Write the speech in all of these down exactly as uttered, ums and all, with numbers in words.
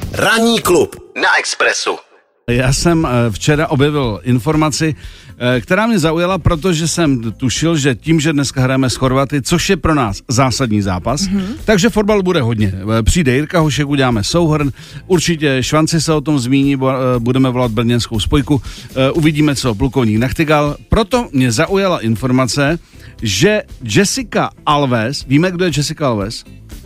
Ranní klub na Expressu. Já jsem včera objevil informaci, která mě zaujala, protože jsem tušil, že tím, že dneska hrajeme s Chorvaty, což je pro nás zásadní zápas, mm-hmm. takže fotbal bude hodně. Přijde Jirka Hošek, uděláme souhrn, určitě Švanci se o tom zmíní, budeme volat brněnskou spojku, uvidíme, co plukovník Nachtigal. Proto mě zaujala informace, že Jessica Alves, víme, kdo je Jessica Alves?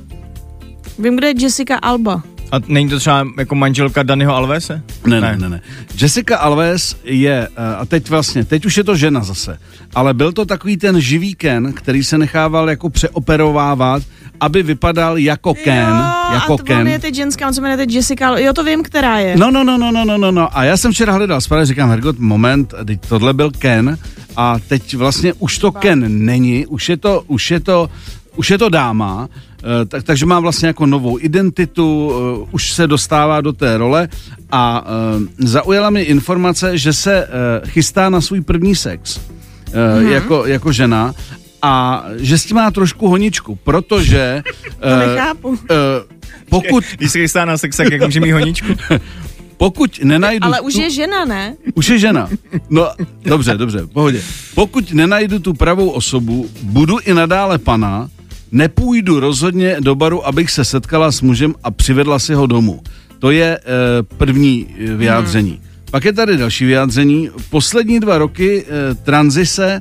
Vím, kdo je Jessica Alba. A není to třeba jako manželka Daniho Alvese? Ne, ne, ne, ne. Jessica Alves je, a teď vlastně, teď už je to žena zase, ale byl to takový ten živý Ken, který se nechával jako přeoperovávat, aby vypadal jako Ken, jo, jako a to Ken. je teď ženská, on se jmenuje teď Jessica, jo, to vím, která je. No, no, no, no, no, no, no, a já jsem včera hledal zprávu, říkám, Hergot, moment, teď tohle byl Ken a teď vlastně už to Ken není, už je to, už je to, už je to dáma, tak, takže má vlastně jako novou identitu, uh, už se dostává do té role a uh, zaujala mi informace, že se uh, chystá na svůj první sex uh, mm-hmm. jako, jako žena a že s tím má trošku honičku, protože to uh, nechápu. Uh, pokud... Když se chystá na sex, jak může mít honičku? Pokud nenajdu... Ale už tu... je žena, ne? Už je žena. No, dobře, dobře, pohodě. Pokud nenajdu tu pravou osobu, budu i nadále pana, nepůjdu rozhodně do baru, abych se setkala s mužem a přivedla si ho domů. To je e, první vyjádření. Hmm. Pak je tady další vyjádření. Poslední dva roky e, tranzice,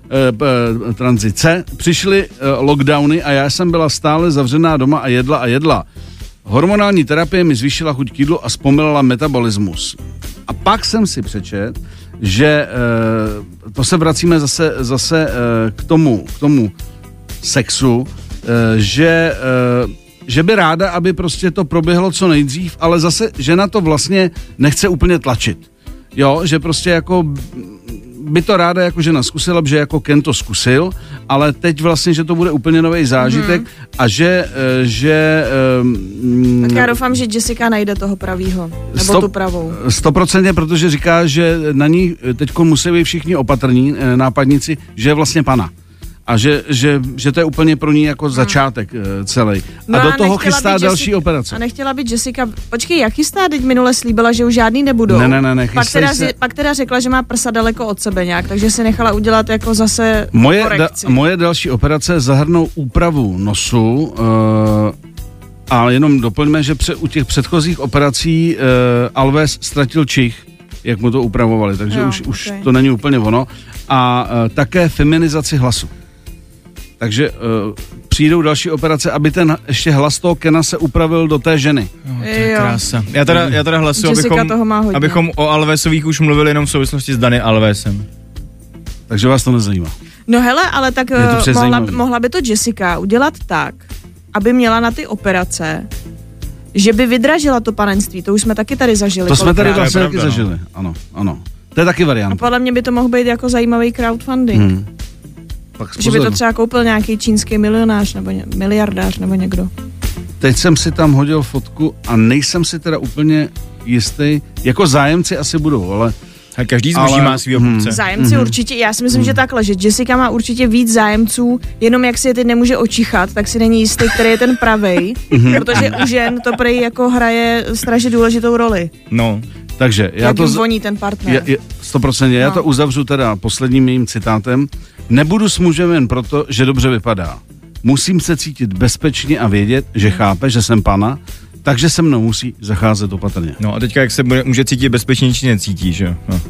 e, tranzice, přišly e, lockdowny a já jsem byla stále zavřená doma a jedla a jedla. Hormonální terapie mi zvýšila chuť k jídlu a zpomalila metabolismus. A pak jsem si přečet, že e, to se vracíme zase, zase e, k tomu, k tomu sexu, že, že by ráda, aby prostě to proběhlo co nejdřív, ale zase žena to vlastně nechce úplně tlačit. Jo, že prostě jako by to ráda jako žena zkusila, že jako Ken to zkusil, ale teď vlastně, že to bude úplně nový zážitek hmm. a že... že um, tak já doufám, že Jessica najde toho pravýho, nebo sto, tu pravou. Stoprocentně, protože říká, že na ní teďko musí být všichni opatrní nápadníci, že je vlastně pana. A že, že, že to je úplně pro ní jako začátek hmm. celý. No a do toho chystá Jessica, další operace. A nechtěla být Jessica, počkej, jak chystá, teď minule slíbila, že už žádný nebudou. Ne, ne, ne, ne pak, teda, se... pak teda řekla, že má prsa daleko od sebe nějak, takže si nechala udělat jako zase moje korekci. Da, moje další operace zahrnou úpravu nosu uh, a jenom doplňme, že pře, u těch předchozích operací uh, Alves ztratil čich, jak mu to upravovali, takže jo, už, okay. už to není úplně ono. A uh, také feminizaci hlasu. Takže uh, přijdou další operace, aby ten ještě hlas toho Kena se upravil do té ženy. No, to je krása. Já teda, já teda hlasuji, abychom, abychom o Alvesových už mluvili jenom v souvislosti s Dany Alvesem. Takže vás to nezajímá. No hele, ale tak mohla, mohla by to Jessica udělat tak, aby měla na ty operace, že by vydražila to panenství. To už jsme taky tady zažili. To jsme tady vlastně taky no. zažili, ano, ano. To je taky varianta. A podle mě by to mohl být jako zajímavý crowdfunding. Hmm. Že by to třeba koupil nějaký čínský milionář nebo ně, miliardář nebo někdo. Teď jsem si tam hodil fotku a nejsem si teda úplně jistý, jako zájemci asi budou, ale... A každý zboží ale... má svýho kupce. Zájemci hmm. určitě, já si myslím, hmm. že takhle, že Jessica má určitě víc zájemců, jenom jak si je teď nemůže očichat, tak si není jistý, který je ten pravej, protože u žen to prej jako hraje strašně důležitou roli. No, takže já jak to... Jak voní ten partner. sto procent, no. Já to uzavřu teda posledním mým citátem. Nebudu s mužem jen proto, že dobře vypadá. Musím se cítit bezpečně a vědět, že chápe, že jsem pana, takže se mnou musí zacházet opatrně. No a teďka jak se bude, může cítit bezpečně, či necítí, že jo? No.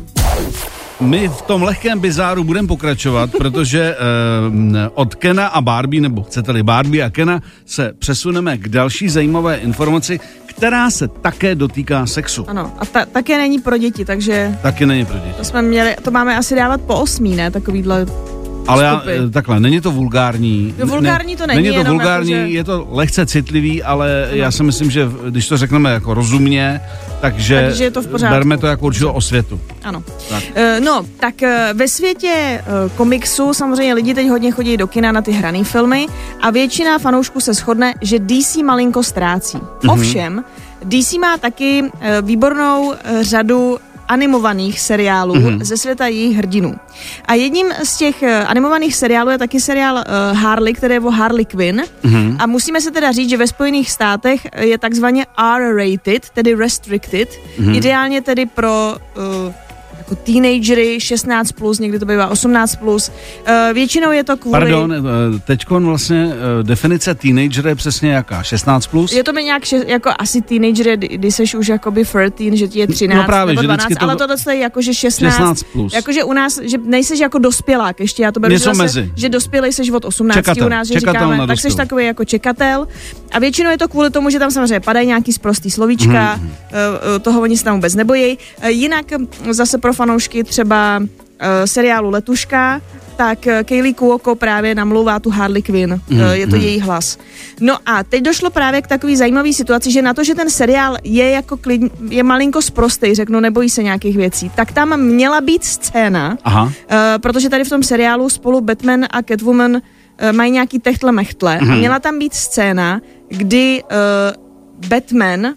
My v tom lehkém bizáru budeme pokračovat, protože eh, od Kena a Barbie, nebo chcete-li Barbie a Kena, se přesuneme k další zajímavé informaci, která se také dotýká sexu. Ano, a ta, také není pro děti, takže... Taky není pro děti. To jsme měli, to máme asi dávat po osmí, ne? Takovýhle... Ale já, takhle, není to vulgární. No, vulgární to není. Není to vulgární, jako, že... je to lehce citlivý, ale no. já si myslím, že když to řekneme jako rozumně, takže, takže je to v pořádku. Berme to jako určitou osvětu. Ano. Tak. Uh, no, tak uh, ve světě uh, komiksu samozřejmě lidi teď hodně chodí do kina na ty hraný filmy a většina fanoušků se shodne, že D C malinko ztrácí. Mm-hmm. Ovšem, D C má taky uh, výbornou uh, řadu animovaných seriálů mm-hmm. ze světa jejich hrdinů. A jedním z těch animovaných seriálů je taky seriál uh, Harley, který je o Harley Quinn. Mm-hmm. A musíme se teda říct, že ve Spojených státech je takzvaně R-rated, tedy restricted, mm-hmm. ideálně tedy pro uh, jako teenagery, šestnáct plus, někdy to bývá osmnáct plus. Uh, většinou je to kvůli... Pardon, teďkon vlastně uh, definice teenager je přesně jaká? šestnáct plus? Je to mi nějak šest, jako asi teenager, kdy seš už jakoby třináct, že ti je třináct no právě, nebo dvanáct, to... ale tohle je jakože šestnáct, šestnáct plus. Jakože u nás, že nejseš jako dospělák ještě, já to beru, něco že, mezi. že dospělej seš od osmnácti čekatel, u nás, že říkáme, tak seš takový jako čekatel a většinou je to kvůli tomu, že tam samozřejmě padají nějaký sprostý slovíčka, hmm. uh, toho oni se tam vůbec nebojí. Uh, jinak zase pro fanoušky třeba Uh, seriálu Letuška, tak uh, Kaylee Cuoco právě namlouvá tu Harley Quinn. Mm, uh, je to mm. její hlas. No a teď došlo právě k takové zajímavé situaci, že na to, že ten seriál je jako klid, je malinko sprostej, řeknu, nebojí se nějakých věcí, tak tam měla být scéna, Aha. Uh, protože tady v tom seriálu spolu Batman a Catwoman uh, mají nějaký techtle mechtle mm. a měla tam být scéna, kdy uh, Batman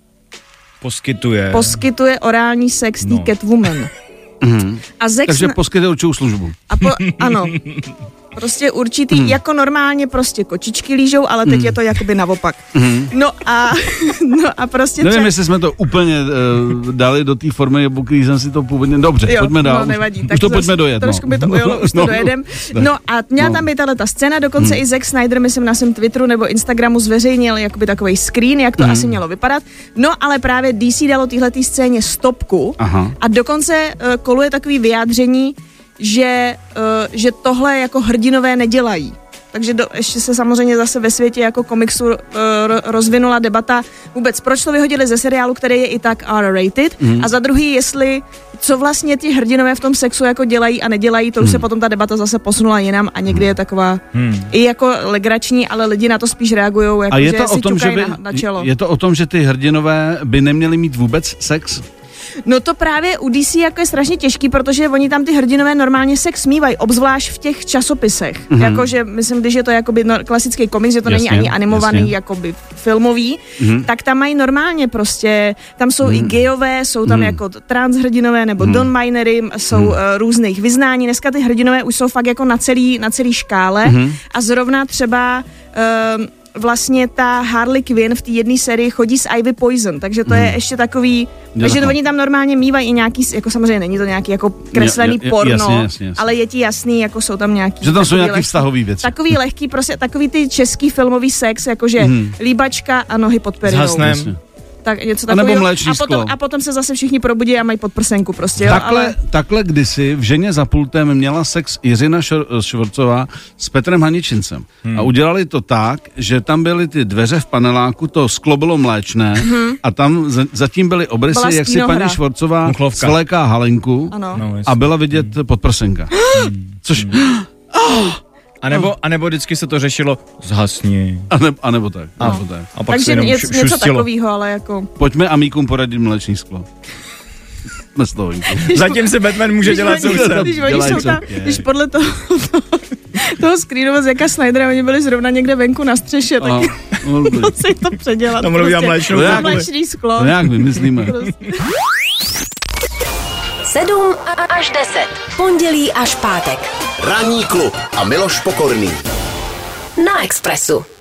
poskytuje poskytuje orální sex no. tý Catwoman. Mm. A Zack Takže poskytuje určitou službu. A po, ano. Prostě určitý, mm. jako normálně prostě kočičky lížou, ale teď mm. je to jakoby naopak. Mm. No a no a prostě... Nevím, třeba... jestli jsme to úplně uh, dali do té formy, nebo když jsem si to původně... Dobře, jo, pojďme dál. No, nevadí. Už, už to pojďme dojet. Trošku no. by to ujelo, už to no. dojedem. No a měla no. tam být tato scéna, dokonce mm. i Zack Snyder, myslím, na svém Twitteru nebo Instagramu zveřejnil jakoby takovej screen, jak to mm. asi mělo vypadat. No ale právě D C dalo téhletý scéně stopku. Aha. A dokonce uh, koluje takový vyjádření, že, uh, že tohle jako hrdinové nedělají. Takže do, ještě se samozřejmě zase ve světě jako komiksu uh, rozvinula debata vůbec, proč to vyhodili ze seriálu, který je i tak R-rated, mm. a za druhý, jestli, co vlastně ti hrdinové v tom sexu jako dělají a nedělají, to už mm. se potom ta debata zase posunula jinam a někdy je taková mm. i jako legrační, ale lidi na to spíš reagujou, jako, že si ťukají na, na čelo. Je to o tom, že ty hrdinové by neměli mít vůbec sex? No to právě u D C jako je strašně těžký, protože oni tam ty hrdinové normálně sex mývají, obzvlášť v těch časopisech. Mm-hmm. Jakože, myslím, když je to jakoby no, klasický komiks, že to jasně, není ani animovaný, jasně. jakoby filmový, mm-hmm. tak tam mají normálně prostě, tam jsou mm-hmm. i gejové, jsou tam mm-hmm. jako transhrdinové nebo mm-hmm. non-binary, jsou mm-hmm. uh, různých vyznání. Dneska ty hrdinové už jsou fakt jako na celý, na celý škále mm-hmm. a zrovna třeba... Uh, vlastně ta Harley Quinn v té jedné sérii chodí s Ivy Poison, takže to hmm. je ještě takový, takže to oni tam normálně mývají i nějaký, jako samozřejmě není to nějaký jako kreslený je, je, porno, jasně, jasně, jasně. ale je ti jasný, jako jsou tam nějaký... Že tam jsou nějaký vztahový věci. Takový lehký, prostě takový ty český filmový sex, jakože hmm. líbačka a nohy pod perinou. Zhasnem. Tak něco takového. A, a, potom, a potom se zase všichni probudí a mají podprsenku prostě. Jo, takhle, ale... takhle kdysi v Ženě za pultem měla sex Jiřina Švorcová s Petrem Haničincem. Hmm. A udělali to tak, že tam byly ty dveře v paneláku, to sklo bylo mléčné hmm. a tam za, zatím byly obrysy, byla jak si paní Švorcová svléká halenku no, a byla vidět hmm. podprsenka. Hmm. Což... Hmm. Oh! A nebo, a nebo vždycky se to řešilo zhasni. A, ne, a nebo tak. No. A, tak. A pak takže se jenom něco, šu, něco takového, ale jako... Pojďme amíkům poradit mléčný sklo. Zatím se Batman může dělat, co chce. Když, když, když podle toho, toho, toho screenu z Zacka Snydera, oni byli zrovna někde venku na střeše, tak moc si to předělat. Tam mluví prostě, mléčnou mléčný sklo. No jak vymyslíme. sedm až deset. Pondělí až pátek. Ranní klub a Miloš Pokorný. Na Expressu.